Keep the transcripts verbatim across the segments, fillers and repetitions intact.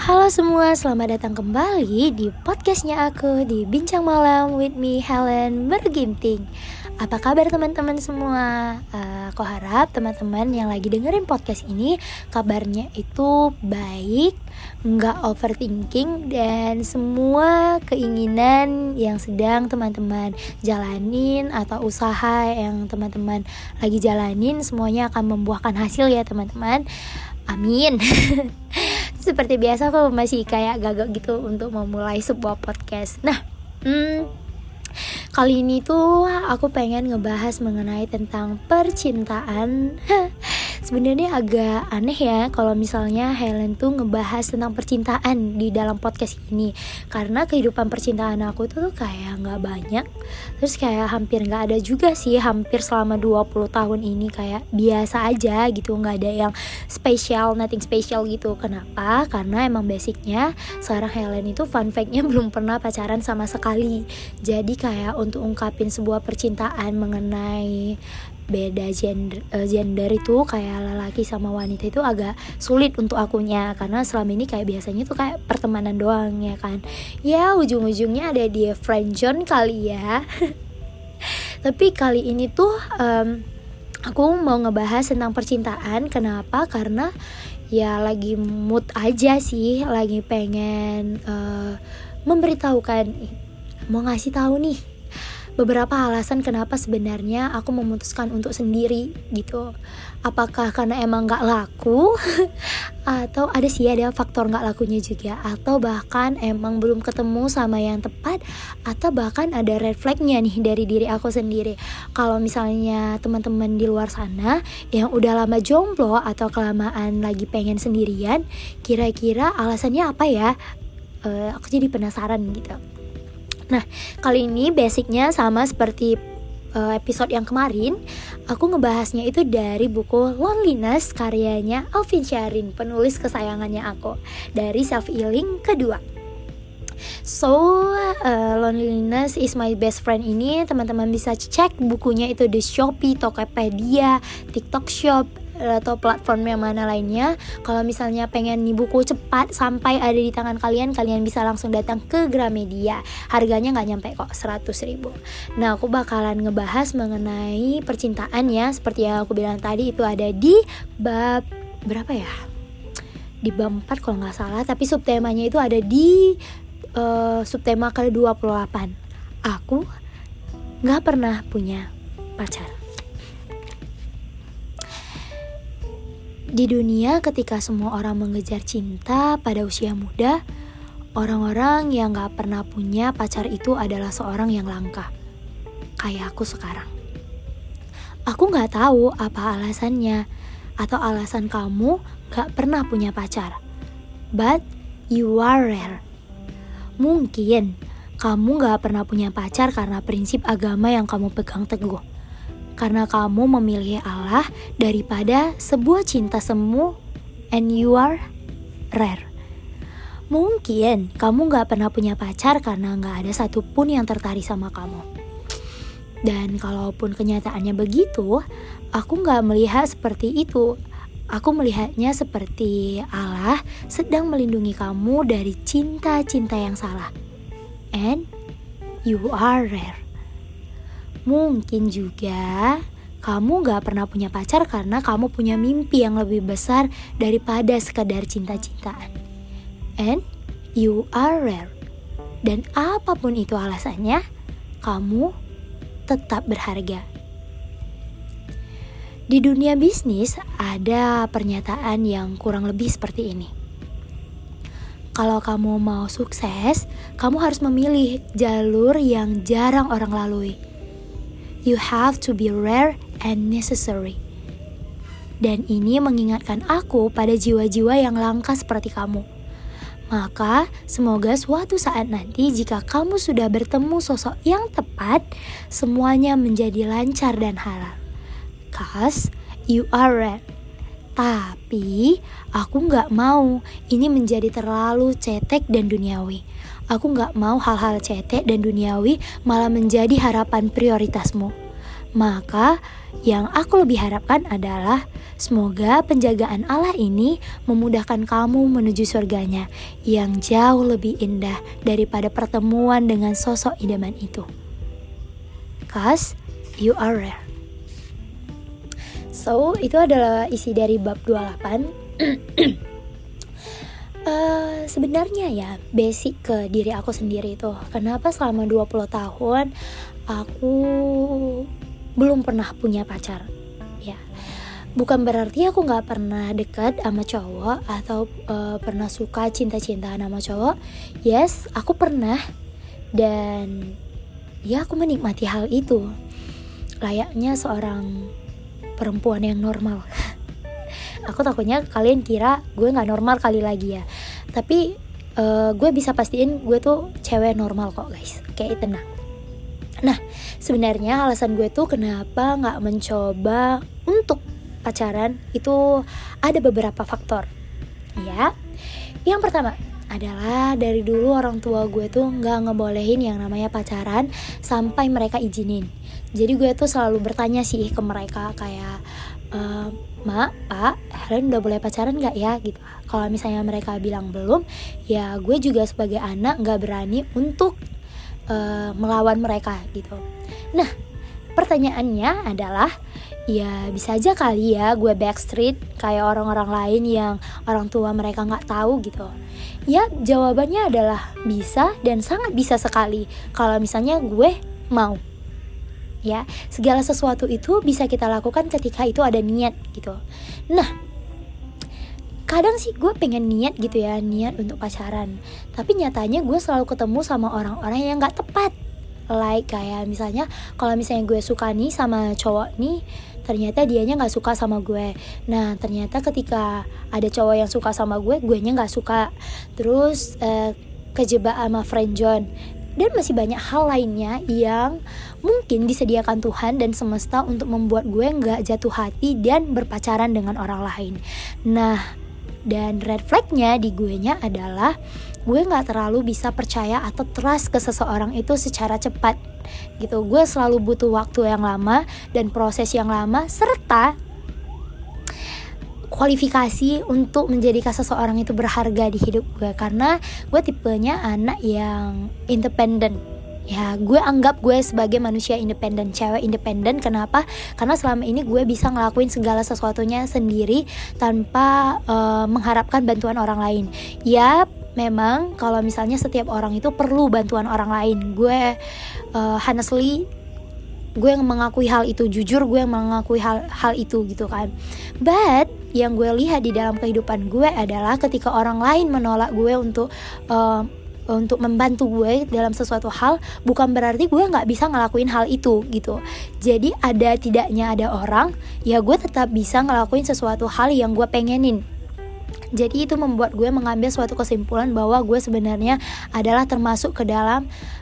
Halo semua, selamat datang kembali di podcastnya aku di Bincang Malam with me Helen Berginting. Apa kabar teman-teman semua? Uh, aku harap teman-teman yang lagi dengerin podcast ini kabarnya itu baik, nggak overthinking, dan semua keinginan yang sedang teman-teman jalanin atau usaha yang teman-teman lagi jalanin semuanya akan membuahkan hasil ya teman-teman. Amin. Seperti biasa aku masih kayak gagap gitu untuk memulai sebuah podcast. Nah, hmm, kali ini tuh aku pengen ngebahas mengenai tentang percintaan. Sebenarnya agak aneh ya kalau misalnya Helen tuh ngebahas tentang percintaan di dalam podcast ini, karena kehidupan percintaan aku tuh kayak gak banyak. Terus kayak hampir gak ada juga sih, hampir selama dua puluh tahun ini kayak biasa aja gitu, gak ada yang spesial, nothing special gitu. Kenapa? Karena emang basicnya sekarang Helen itu fun fact-nya belum pernah pacaran sama sekali. Jadi kayak untuk ungkapin sebuah percintaan mengenai beda gender, uh, gender itu kayak lelaki sama wanita itu agak sulit untuk akunya, karena selama ini kayak biasanya tuh kayak pertemanan doang ya kan. Ya ujung-ujungnya ada di friend zone kali ya. Tapi kali ini tuh um, aku mau ngebahas tentang percintaan. Kenapa? Karena ya lagi mood aja sih, lagi pengen uh, memberitahukan, mau ngasih tahu nih beberapa alasan kenapa sebenarnya aku memutuskan untuk sendiri gitu. Apakah karena emang gak laku atau ada sih ada faktor gak lakunya juga, atau bahkan emang belum ketemu sama yang tepat, atau bahkan ada red flagnya nih dari diri aku sendiri. Kalau misalnya teman-teman di luar sana yang udah lama jomblo atau kelamaan lagi pengen sendirian, kira-kira alasannya apa ya? Uh, aku jadi penasaran gitu. Nah, kali ini basicnya sama seperti uh, episode yang kemarin. Aku ngebahasnya itu dari buku Loneliness karyanya Alvin Syarin, penulis kesayangannya aku, dari Self Healing kedua. So, uh, Loneliness is my best friend ini teman-teman bisa cek bukunya itu di Shopee, Tokopedia, TikTok Shop, atau platform yang mana lainnya. Kalau misalnya pengen nih buku cepat sampai ada di tangan kalian, kalian bisa langsung datang ke Gramedia. Harganya gak nyampe kok seratus ribu. Nah, aku bakalan ngebahas mengenai percintaan ya. Seperti yang aku bilang tadi, itu ada di bab berapa ya? Di bab empat kalau gak salah. Tapi subtemanya itu ada di uh, subtema ke dua puluh delapan. Aku gak pernah punya pacar. Di dunia ketika semua orang mengejar cinta pada usia muda, orang-orang yang gak pernah punya pacar itu adalah seorang yang langka. Kayak aku sekarang. Aku gak tahu apa alasannya, atau alasan kamu gak pernah punya pacar. But you are rare. Mungkin kamu gak pernah punya pacar karena prinsip agama yang kamu pegang teguh, karena kamu memilih Allah daripada sebuah cinta semu, and you are rare. Mungkin kamu gak pernah punya pacar karena gak ada satupun yang tertarik sama kamu. Dan kalaupun kenyataannya begitu, aku gak melihat seperti itu. Aku melihatnya seperti Allah sedang melindungi kamu dari cinta-cinta yang salah. And you are rare. Mungkin juga kamu gak pernah punya pacar karena kamu punya mimpi yang lebih besar daripada sekadar cinta-cintaan. And you are rare. Dan apapun itu alasannya, kamu tetap berharga. Di dunia bisnis ada pernyataan yang kurang lebih seperti ini. Kalau kamu mau sukses, kamu harus memilih jalur yang jarang orang lalui. You have to be rare and necessary. Dan ini mengingatkan aku pada jiwa-jiwa yang langka seperti kamu. Maka semoga suatu saat nanti jika kamu sudah bertemu sosok yang tepat, semuanya menjadi lancar dan halal. Cause you are rare. Tapi aku gak mau ini menjadi terlalu cetek dan duniawi. Aku gak mau hal-hal cetek dan duniawi malah menjadi harapan prioritasmu. Maka yang aku lebih harapkan adalah Semoga penjagaan Allah ini memudahkan kamu menuju surganya yang jauh lebih indah daripada pertemuan dengan sosok idaman itu. Cause you are rare. So, itu adalah isi dari bab dua puluh delapan. Uh, sebenarnya ya basic ke diri aku sendiri itu kenapa selama dua puluh tahun aku belum pernah punya pacar. Ya, bukan berarti aku gak pernah dekat sama cowok atau uh, pernah suka cinta-cintaan sama cowok. Yes, aku pernah. Dan ya aku menikmati hal itu layaknya seorang perempuan yang normal. Aku takutnya kalian kira gue gak normal kali lagi ya. Tapi uh, gue bisa pastiin gue tuh cewek normal kok guys. Kayak tenang. Nah, sebenarnya alasan gue tuh kenapa gak mencoba untuk pacaran itu ada beberapa faktor. Ya, yang pertama adalah dari dulu orang tua gue tuh gak ngebolehin yang namanya pacaran sampai mereka izinin. Jadi gue tuh selalu bertanya sih ke mereka kayak e, Mak, Pak, Helen udah boleh pacaran gak ya? Gitu. Kalau misalnya mereka bilang belum, ya gue juga sebagai anak gak berani untuk uh, melawan mereka gitu. Nah, pertanyaannya adalah ya bisa aja kali ya gue backstreet kayak orang-orang lain yang orang tua mereka gak tahu gitu. Ya jawabannya adalah bisa dan sangat bisa sekali kalau misalnya gue mau. Ya, segala sesuatu itu bisa kita lakukan ketika itu ada niat gitu. Nah, kadang sih gue pengen niat gitu ya, niat untuk pacaran. Tapi nyatanya gue selalu ketemu sama orang-orang yang gak tepat. Like kayak misalnya kalau misalnya gue suka nih sama cowok nih, ternyata dianya gak suka sama gue. Nah, ternyata ketika ada cowok yang suka sama gue, guenya gak suka. Terus eh, kejebak sama friendzone. Dan masih banyak hal lainnya yang mungkin disediakan Tuhan dan semesta untuk membuat gue gak jatuh hati dan berpacaran dengan orang lain. Nah, dan red flagnya di guenya adalah gue gak terlalu bisa percaya atau trust ke seseorang itu secara cepat gitu. Gue selalu butuh waktu yang lama dan proses yang lama serta kualifikasi untuk menjadikan seseorang itu berharga di hidup gue. Karena gue tipenya anak yang independen. Ya, gue anggap gue sebagai manusia independen, cewek independen. Kenapa? Karena selama ini gue bisa ngelakuin segala sesuatunya sendiri tanpa uh, mengharapkan bantuan orang lain. Ya, memang kalau misalnya setiap orang itu perlu bantuan orang lain. Gue uh, honestly gue yang mengakui hal itu, jujur gue yang mengakui hal hal itu gitu kan. But yang gue lihat di dalam kehidupan gue adalah ketika orang lain menolak gue untuk uh, untuk membantu gue dalam sesuatu hal, bukan berarti gue nggak bisa ngelakuin hal itu gitu. Jadi ada tidaknya ada orang, ya gue tetap bisa ngelakuin sesuatu hal yang gue pengenin. Jadi itu membuat gue mengambil suatu kesimpulan bahwa gue sebenarnya adalah termasuk ke dalam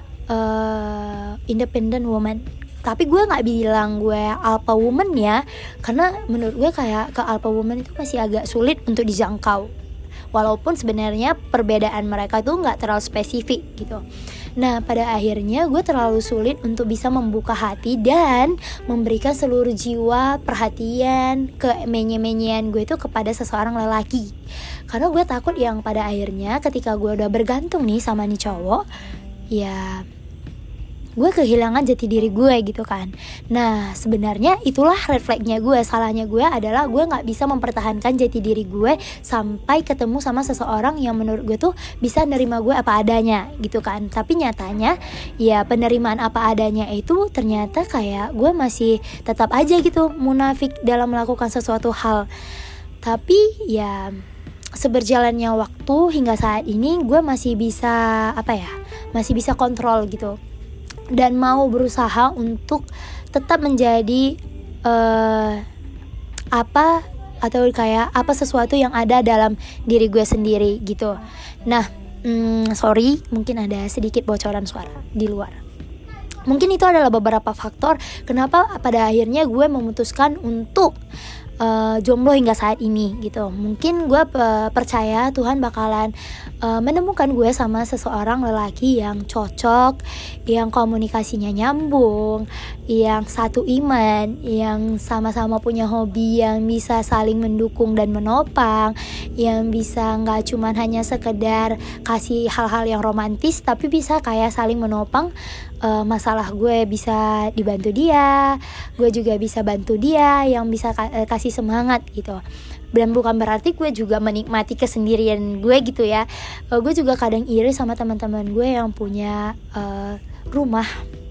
uh, independent woman. Tapi gue gak bilang gue alpha woman ya, karena menurut gue kayak ke alpha woman itu masih agak sulit untuk dijangkau. Walaupun sebenarnya perbedaan mereka tuh gak terlalu spesifik gitu. Nah, pada akhirnya gue terlalu sulit untuk bisa membuka hati dan memberikan seluruh jiwa, perhatian, kemenye-menyean gue itu kepada seseorang lelaki. Karena gue takut yang pada akhirnya ketika gue udah bergantung nih sama nih cowok, ya gue kehilangan jati diri gue gitu kan. Nah, sebenarnya itulah red flagnya gue. Salahnya gue adalah gue gak bisa mempertahankan jati diri gue sampai ketemu sama seseorang yang menurut gue tuh bisa nerima gue apa adanya gitu kan. Tapi nyatanya ya penerimaan apa adanya itu ternyata kayak gue masih tetap aja gitu munafik dalam melakukan sesuatu hal. Tapi ya seberjalannya waktu hingga saat ini gue masih bisa apa ya masih bisa kontrol gitu. Dan mau berusaha untuk tetap menjadi uh, apa atau kayak apa sesuatu yang ada dalam diri gue sendiri gitu. Nah, mm, sorry mungkin ada sedikit bocoran suara di luar. Mungkin itu adalah beberapa faktor kenapa pada akhirnya gue memutuskan untuk uh, jomblo hingga saat ini gitu. Mungkin gue uh, percaya Tuhan bakalan uh, menemukan gue sama seseorang lelaki yang cocok, yang komunikasinya nyambung, yang satu iman, yang sama-sama punya hobi, yang bisa saling mendukung dan menopang, yang bisa gak cuman hanya sekedar kasih hal-hal yang romantis, tapi bisa kayak saling menopang. Uh, masalah gue bisa dibantu dia, gue juga bisa bantu dia, yang bisa ka- uh, kasih semangat gitu. Dan bukan berarti gue juga menikmati kesendirian gue gitu ya. uh, Gue juga kadang iri sama teman-teman gue yang punya uh, rumah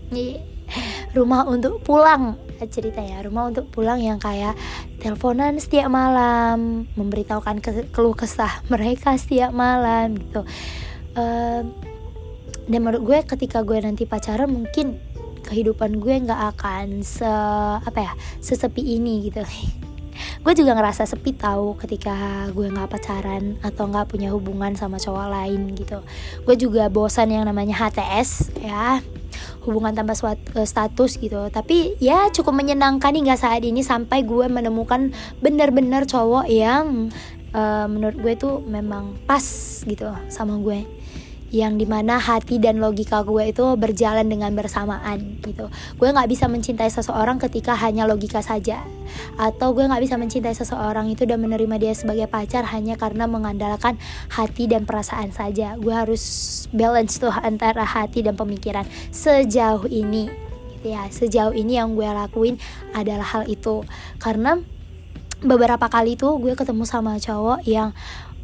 Rumah untuk pulang cerita ya rumah untuk pulang yang kayak teleponan setiap malam, memberitahukan ke- keluh kesah mereka setiap malam gitu. uh, Dan menurut gue ketika gue nanti pacaran, mungkin kehidupan gue gak akan se apa ya sesepi ini gitu. Gue juga ngerasa sepi tahu ketika gue gak pacaran atau gak punya hubungan sama cowok lain gitu. Gue juga bosan yang namanya H T S ya, hubungan tanpa status gitu. Tapi ya cukup menyenangkan hingga saat ini, sampai gue menemukan benar-benar cowok yang uh, menurut gue tuh memang pas gitu sama gue, yang dimana hati dan logika gue itu berjalan dengan bersamaan gitu. Gue gak bisa mencintai seseorang ketika hanya logika saja, atau gue gak bisa mencintai seseorang itu dan menerima dia sebagai pacar hanya karena mengandalkan hati dan perasaan saja. Gue harus balance tuh antara hati dan pemikiran. Sejauh ini gitu ya, sejauh ini yang gue lakuin adalah hal itu. Karena beberapa kali tuh gue ketemu sama cowok yang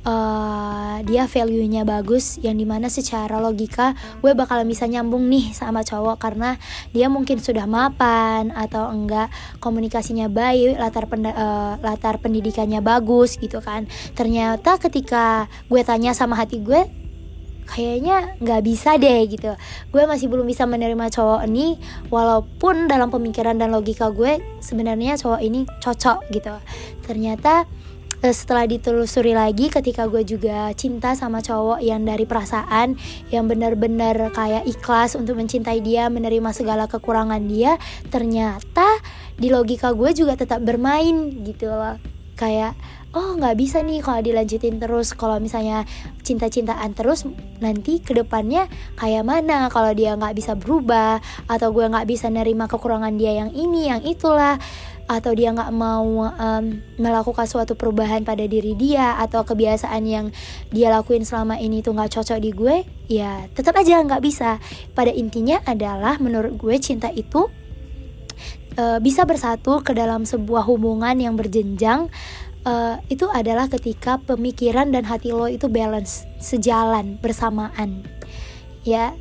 Uh, dia value-nya bagus, yang dimana secara logika gue bakalan bisa nyambung nih sama cowok karena dia mungkin sudah mapan atau enggak komunikasinya baik, latar penda- uh, latar pendidikannya bagus gitu kan. Ternyata ketika gue tanya sama hati gue, kayaknya nggak bisa deh gitu. Gue masih belum bisa menerima cowok ini, walaupun dalam pemikiran dan logika gue sebenarnya cowok ini cocok gitu. Ternyata setelah ditelusuri lagi, ketika gue juga cinta sama cowok yang dari perasaan, yang benar-benar kayak ikhlas untuk mencintai dia, menerima segala kekurangan dia, ternyata di logika gue juga tetap bermain gitu loh. Kayak oh nggak bisa nih kalau dilanjutin terus, kalau misalnya cinta-cintaan terus nanti kedepannya kayak mana kalau dia nggak bisa berubah, atau gue nggak bisa nerima kekurangan dia yang ini yang itulah, atau dia nggak mau um, melakukan suatu perubahan pada diri dia, atau kebiasaan yang dia lakuin selama ini tuh nggak cocok di gue, ya tetap aja nggak bisa. Pada intinya adalah menurut gue cinta itu uh, bisa bersatu ke dalam sebuah hubungan yang berjenjang. Uh, itu adalah ketika pemikiran dan hati lo itu balance, sejalan, bersamaan. Ya,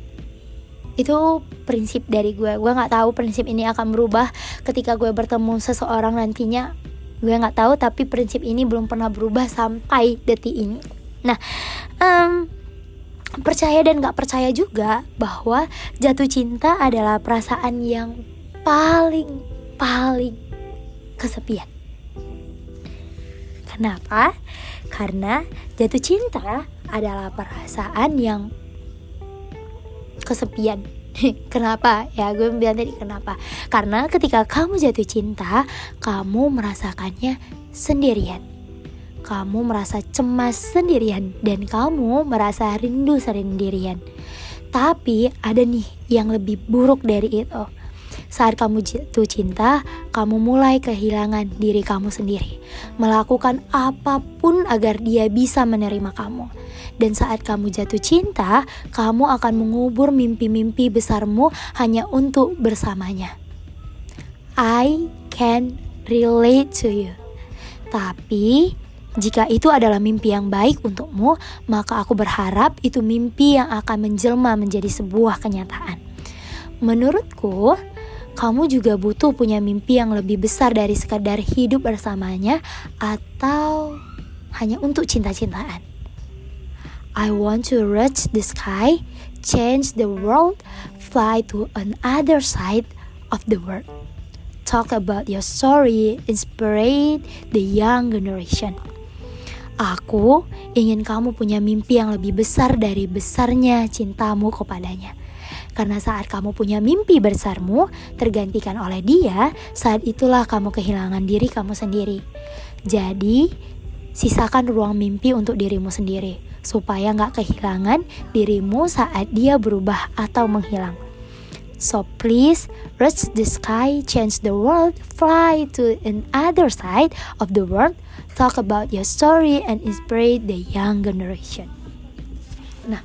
itu prinsip dari gue. Gue nggak tahu prinsip ini akan berubah ketika gue bertemu seseorang nantinya. Gue nggak tahu, tapi prinsip ini belum pernah berubah sampai detik ini. Nah, um, percaya dan nggak percaya juga bahwa jatuh cinta adalah perasaan yang paling paling kesepian. Kenapa? Karena jatuh cinta adalah perasaan yang kesepian. Kenapa? Ya gue bilang tadi kenapa. Karena ketika kamu jatuh cinta, kamu merasakannya sendirian. Kamu merasa cemas sendirian, dan kamu merasa rindu sendirian. Tapi ada nih yang lebih buruk dari itu. Saat kamu jatuh cinta, kamu mulai kehilangan diri kamu sendiri, melakukan apapun agar dia bisa menerima kamu. Dan saat kamu jatuh cinta, kamu akan mengubur mimpi-mimpi besarmu hanya untuk bersamanya. I can relate to you. Tapi jika itu adalah mimpi yang baik untukmu, maka aku berharap itu mimpi yang akan menjelma menjadi sebuah kenyataan. Menurutku, kamu juga butuh punya mimpi yang lebih besar dari sekadar hidup bersamanya atau hanya untuk cinta-cintaan. I want to reach the sky, change the world, fly to another side of the world. Talk about your story, inspire the young generation. Aku ingin kamu punya mimpi yang lebih besar dari besarnya cintamu kepadanya. Karena saat kamu punya mimpi besarmu tergantikan oleh dia, saat itulah kamu kehilangan diri kamu sendiri. Jadi, sisakan ruang mimpi untuk dirimu sendiri. supaya gak kehilangan dirimu saat dia berubah atau menghilang. So please, reach the sky, change the world, fly to another side of the world, talk about your story and inspire the young generation. Nah,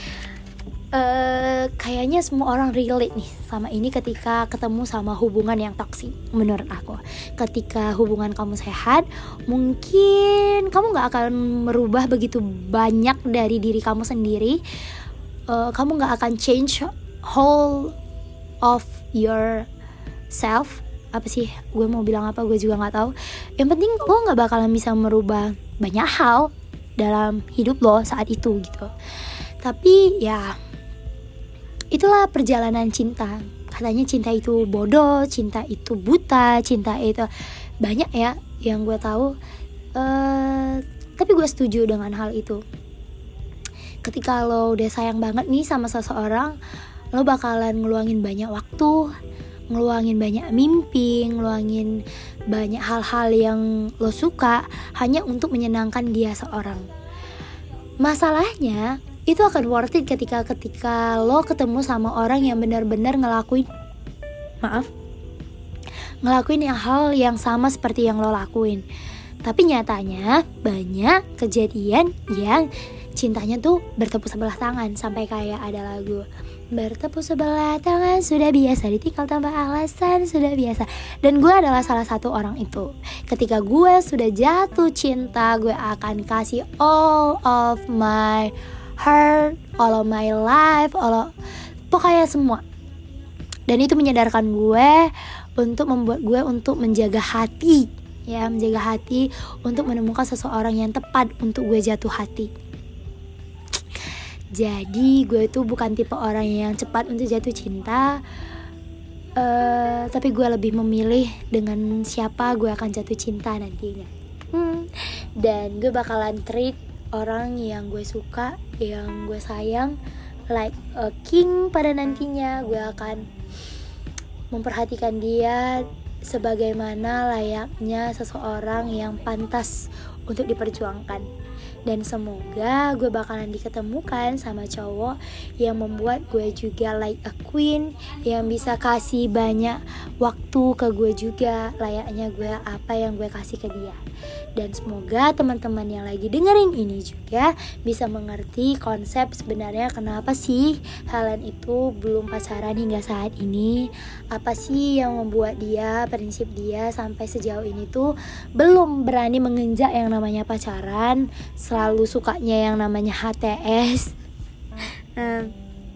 uh, kayaknya semua orang relate nih sama ini ketika ketemu sama hubungan yang toksik. Menurut aku, ketika hubungan kamu sehat, mungkin kamu gak akan merubah begitu banyak dari diri kamu sendiri. uh, Kamu gak akan change whole of yourself. Apa sih gue mau bilang apa, gue juga gak tahu. Yang penting lo gak bakalan bisa merubah banyak hal dalam hidup lo saat itu gitu. Tapi ya itulah perjalanan cinta. Katanya cinta itu bodoh, cinta itu buta, cinta itu banyak ya yang gue tahu. uh, Tapi gue setuju dengan hal itu. Ketika lo udah sayang banget nih sama seseorang, lo bakalan ngeluangin banyak waktu, ngeluangin banyak mimpi, ngeluangin banyak hal-hal yang lo suka hanya untuk menyenangkan dia seorang. Masalahnya itu akan worth it ketika ketika lo ketemu sama orang yang benar-benar ngelakuin maaf ngelakuin hal yang sama seperti yang lo lakuin. Tapi nyatanya banyak kejadian yang cintanya tuh bertepuk sebelah tangan, sampai kayak ada lagu bertepuk sebelah tangan sudah biasa, ditinggal tanpa alasan sudah biasa. Dan gue adalah salah satu orang itu. Ketika gue sudah jatuh cinta, gue akan kasih all of my heart, all of my life, all of, pokoknya semua. Dan itu menyadarkan gue untuk membuat gue untuk menjaga hati, ya, menjaga hati untuk menemukan seseorang yang tepat untuk gue jatuh hati. Jadi gue tuh bukan tipe orang yang cepat untuk jatuh cinta, uh, tapi gue lebih memilih dengan siapa gue akan jatuh cinta nantinya. hmm. Dan gue bakalan treat orang yang gue suka, yang gue sayang like a king pada nantinya. Gue akan memperhatikan dia sebagaimana layaknya seseorang yang pantas untuk diperjuangkan. Dan semoga gue bakalan diketemukan sama cowok yang membuat gue juga like a queen, yang bisa kasih banyak waktu ke gue juga layaknya gue apa yang gue kasih ke dia. Dan semoga teman-teman yang lagi dengerin ini juga bisa mengerti konsep sebenarnya kenapa sih Helen itu belum pacaran hingga saat ini. Apa sih yang membuat dia, prinsip dia sampai sejauh ini tuh belum berani menginjak yang namanya pacaran, selalu sukanya yang namanya H T S. hmm.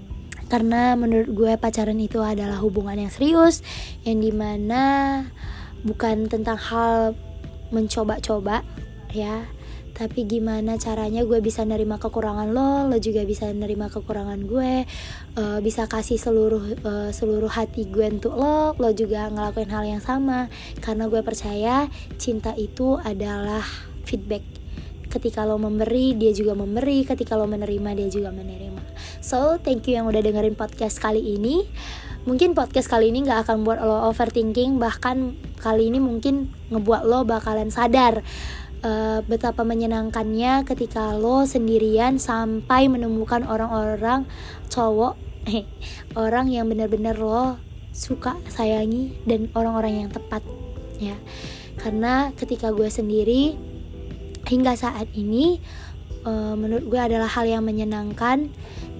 Karena menurut gue pacaran itu adalah hubungan yang serius, yang dimana bukan tentang hal mencoba-coba ya, tapi gimana caranya gue bisa nerima kekurangan lo, lo juga bisa nerima kekurangan gue, uh, bisa kasih seluruh uh, seluruh hati gue untuk lo, lo juga ngelakuin hal yang sama. Karena gue percaya cinta itu adalah feedback. Ketika lo memberi, dia juga memberi. Ketika lo menerima, dia juga menerima. So, thank you yang udah dengerin podcast kali ini. Mungkin podcast kali ini gak akan buat lo overthinking, bahkan kali ini mungkin ngebuat lo bakalan sadar uh, betapa menyenangkannya ketika lo sendirian sampai menemukan orang-orang cowok, eh, orang yang benar-benar lo suka, sayangi, dan orang-orang yang tepat ya. Karena ketika gue sendiri hingga saat ini, uh, menurut gue adalah hal yang menyenangkan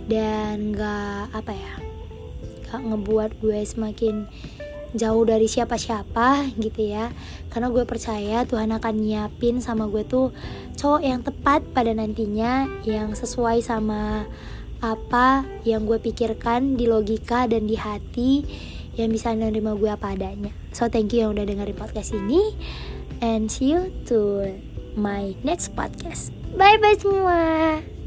dan gak apa ya, gak ngebuat gue semakin jauh dari siapa-siapa gitu ya. Karena gue percaya Tuhan akan nyiapin sama gue tuh cowok yang tepat pada nantinya, yang sesuai sama apa yang gue pikirkan di logika dan di hati, yang bisa menerima gue apa adanya. So thank you yang udah dengerin podcast ini, and see you to my next podcast. Bye bye semua.